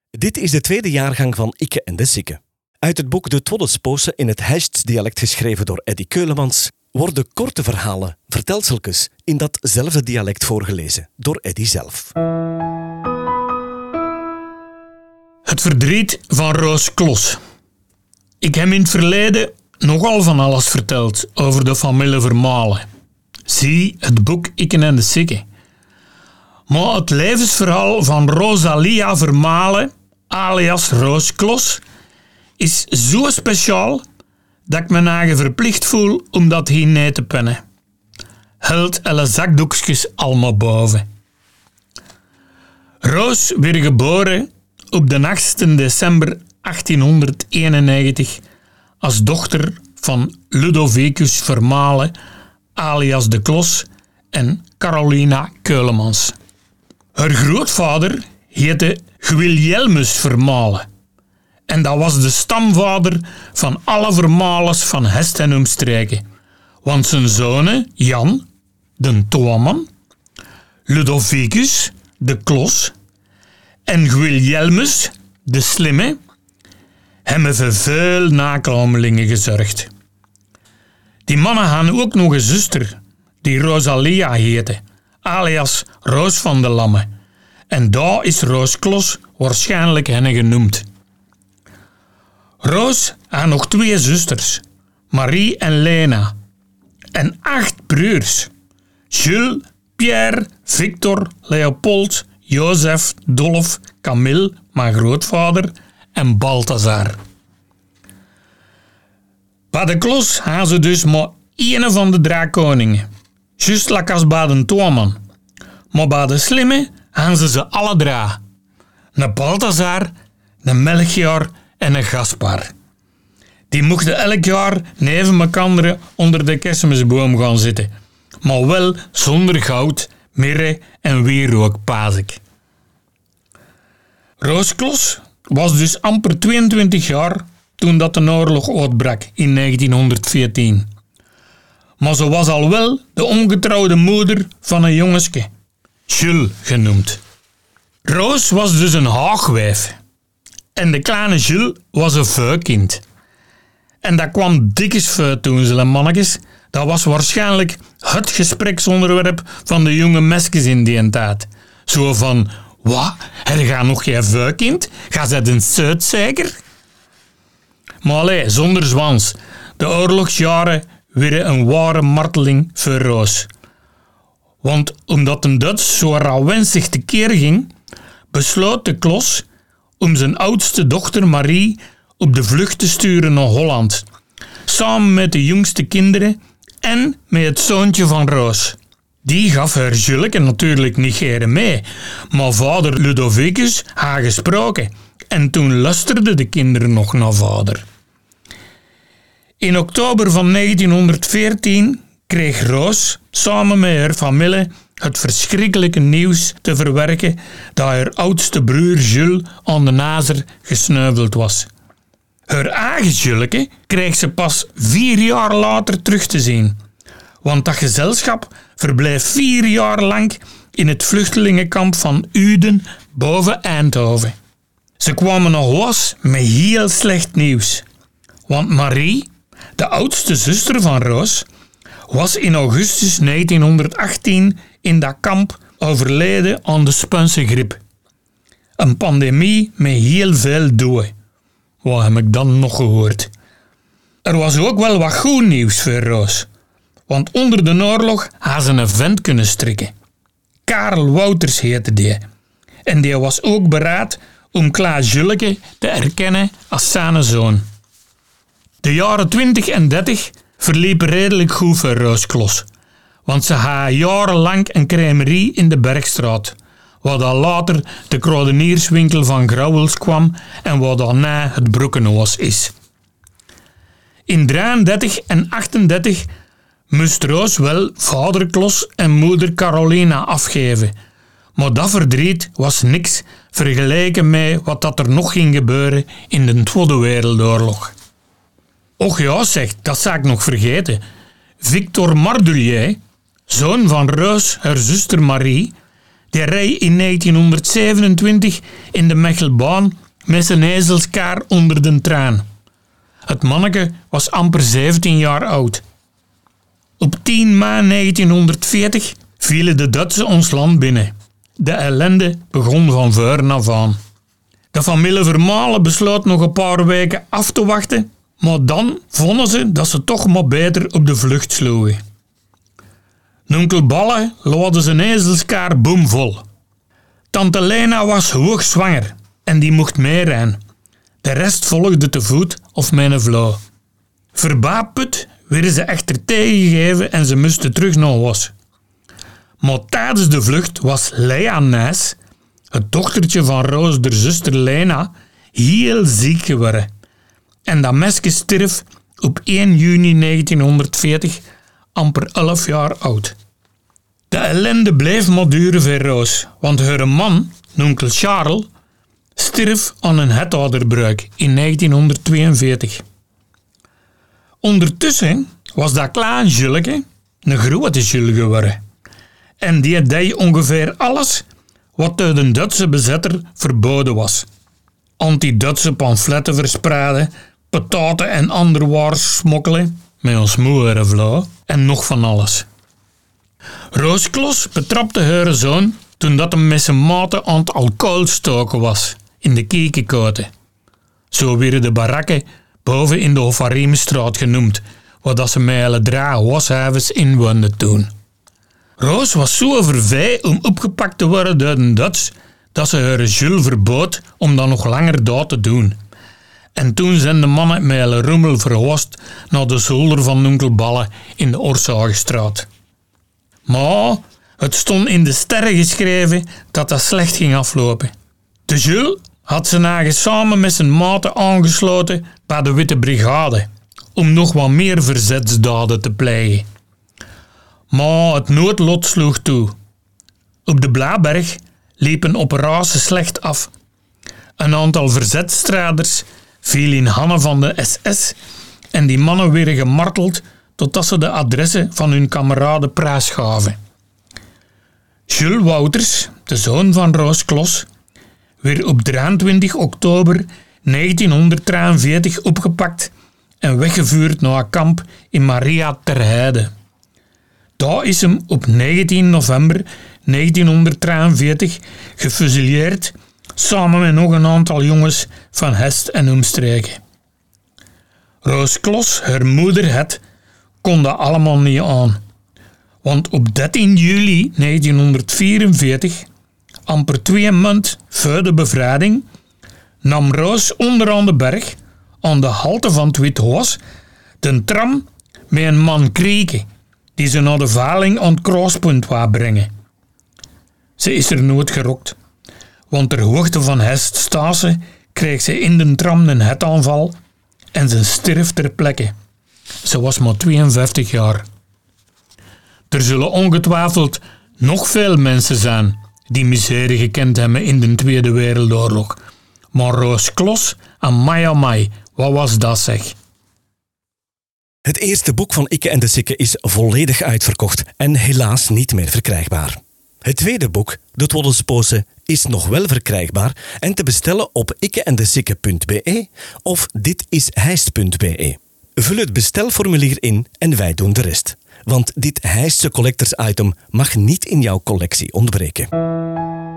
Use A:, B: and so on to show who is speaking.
A: Dit is de tweede jaargang van Ikke en de Sikke. Uit het boek De Twoddespoose in het Hests-dialect geschreven door Eddy Keulemans worden korte verhalen, vertelseltjes, in datzelfde dialect voorgelezen door Eddy zelf.
B: Het verdriet van Roos Klos. Ik heb in het verleden nogal van alles verteld over de familie Vermalen. Zie het boek Ikke en de Sikke. Maar het levensverhaal van Rosalia Vermalen, alias Roos Klos, is zo speciaal dat ik me eigen verplicht voel om dat hier neer te pennen. Held alle zakdoekjes allemaal boven. Roos werd geboren op de 8 december 1891 als dochter van Ludovicus Vermalen, alias de Klos, en Carolina Keulemans. Haar grootvader heette Guilhelmus Vermalen. En dat was de stamvader van alle Vermalens van Hest en omstreken. Want zijn zonen, Jan, de Toaman, Ludovicus, de Klos, en Guilhelmus, de Slimme, hebben voor veel nakomelingen gezorgd. Die mannen hadden ook nog een zuster, die Rosalia heette, alias Roos van de Lamme. En daar is Roos Klos waarschijnlijk hen genoemd. Roos had nog 2 zusters, Marie en Lena, en 8 broers, Jules, Pierre, Victor, Leopold, Jozef, Dolf, Camille, mijn grootvader, en Balthazar. Bij de Klos hadden ze dus maar 1 van de 3 koningen, juist like als bij de Toaman. Maar bij de Slimme hadden ze alle 3. Een Balthazar, een Melchior en een Gaspar. Die mochten elk jaar neven elkaar onder de kerstmisboom gaan zitten. Maar wel zonder goud, mirre en wierook, paas ik. Roos Klos was dus amper 22 jaar toen dat de oorlog uitbrak in 1914. Maar ze was al wel de ongetrouwde moeder van een jongeske, Jules genoemd. Roos was dus een haagwijf. En de kleine Jules was een vuurkind. En dat kwam dikjes vuur toen ze mannetjes. Dat was waarschijnlijk het gespreksonderwerp van de jonge mesjes in die tijd. Zo van, wat? Er gaat nog geen vuurkind? Gaat ze een zeut zeker? Maar allee, zonder zwans. De oorlogsjaren werden een ware marteling voor Roos. Want omdat een Duits zo rawensig tekeer ging, besloot de Klos om zijn oudste dochter Marie op de vlucht te sturen naar Holland. Samen met de jongste kinderen en met het zoontje van Roos. Die gaf haar Juleke natuurlijk niet geren mee, maar vader Ludovicus had gesproken en toen luisterden de kinderen nog naar vader. In oktober van 1914 kreeg Roos samen met haar familie het verschrikkelijke nieuws te verwerken dat haar oudste broer Jules aan de nazer gesneuveld was. Haar eigen Juleke kreeg ze pas 4 jaar later terug te zien, want dat gezelschap verbleef 4 jaar lang in het vluchtelingenkamp van Uden boven Eindhoven. Ze kwamen naar huis met heel slecht nieuws, want Marie, de oudste zuster van Roos, was in augustus 1918 in dat kamp overleden aan de Spaanse griep. Een pandemie met heel veel doden. Wat heb ik dan nog gehoord? Er was ook wel wat goed nieuws voor Roos. Want onder de oorlog had ze een vent kunnen strikken. Karel Wouters heette die. En die was ook bereid om Klaas Juleke te erkennen als zijn zoon. De jaren 20 en 30 verliepen redelijk goed voor Roos Klos. Want ze had jarenlang een crèmerie in de Bergstraat, waar dan later de kruidenierswinkel van Grauwels kwam en waar daarna het Broekenhuis is. In 33 en 38 moest Roos wel vader Klos en moeder Carolina afgeven, maar dat verdriet was niks vergeleken met wat dat er nog ging gebeuren in de Tweede Wereldoorlog. Och ja, zeg, dat zou ik nog vergeten. Victor Mardulier, zoon van Roos, haar zuster Marie, Die reed in 1927 in de Mechelbaan met zijn ezelskaar onder de traan. Het manneke was amper 17 jaar oud. Op 10 maart 1940 vielen de Duitsers ons land binnen. De ellende begon van voren af aan. De familie Vermalen besloot nog een paar weken af te wachten, maar dan vonden ze dat ze toch maar beter op de vlucht sloegen. Onkel Balle laadde zijn ezelskaar boomvol. Tante Lena was hoogzwanger en die mocht meerijden. De rest volgde te voet of met een vloo. Verbaaput werden ze echter tegengegeven en ze moesten terug naar huis. Maar tijdens de vlucht was Lea Nijs, het dochtertje van Roos der zuster Lena, heel ziek geworden. En dat meisje stierf op 1 juni 1940, amper 11 jaar oud. De ellende bleef maar duren voor Roos, want haar man, onkel Charles, stierf aan een hetouderbreuk in 1942. Ondertussen was dat klein Julleke een grote Jules geworden. En die deed ongeveer alles wat door de Duitse bezetter verboden was. Anti-Duitse pamfletten verspreiden, pataten en ander waars smokkelen, met ons moeder vlauw en nog van alles. Roos Klos betrapte haar zoon toen dat hem met zijn maten aan het alcohol stoken was, in de Kiekenkoten. Zo werden de barakken boven in de Hofariemstraat genoemd, waar dat ze met hele 3 washavens inwoonden toen. Roos was zo vervei om opgepakt te worden door de Duits, dat ze haar Jules verbood om dat nog langer daar te doen. En toen zijn de mannen met hele rommel verhuisd naar de zolder van onkel Balle in de Oorzagestraat. Maar het stond in de sterren geschreven dat dat slecht ging aflopen. De Jules had zijn eigen samen met zijn maten aangesloten bij de Witte Brigade, om nog wat meer verzetsdaden te plegen. Maar het noodlot sloeg toe. Op de Blaaberg liep een operatie slecht af. Een aantal verzetstrijders viel in handen van de SS en die mannen werden gemarteld totdat ze de adressen van hun kameraden prijsgaven. Jules Wouters, de zoon van Roos Klos, werd op 23 oktober 1943 opgepakt en weggevuurd naar een kamp in Maria ter Heide. Daar is hem op 19 november 1943 gefusilleerd samen met nog een aantal jongens van Hest en omstreken. Roos Klos, haar moeder Het, kon dat allemaal niet aan. Want op 13 juli 1944, amper 2 maanden voor de bevrijding, nam Roos onderaan de berg, aan de halte van het Withuis, de tram met een man Krieke, die ze naar de Valing aan het Kruispunt wou brengen. Ze is er nooit gerokt, want ter hoogte van Heststase kreeg ze in de tram een hetaanval en ze stierf ter plekke. Ze was maar 52 jaar. Er zullen ongetwijfeld nog veel mensen zijn die miserie gekend hebben in de Tweede Wereldoorlog. Maar Roos Klos, amai, wat was dat zeg?
A: Het eerste boek van Ikke en de Sikke is volledig uitverkocht en helaas niet meer verkrijgbaar. Het tweede boek, De Twoddelsposen, is nog wel verkrijgbaar en te bestellen op ikkeendesikke.be of ditisheist.be. Vul het bestelformulier in en wij doen de rest. Want dit Heistse collectors item mag niet in jouw collectie ontbreken.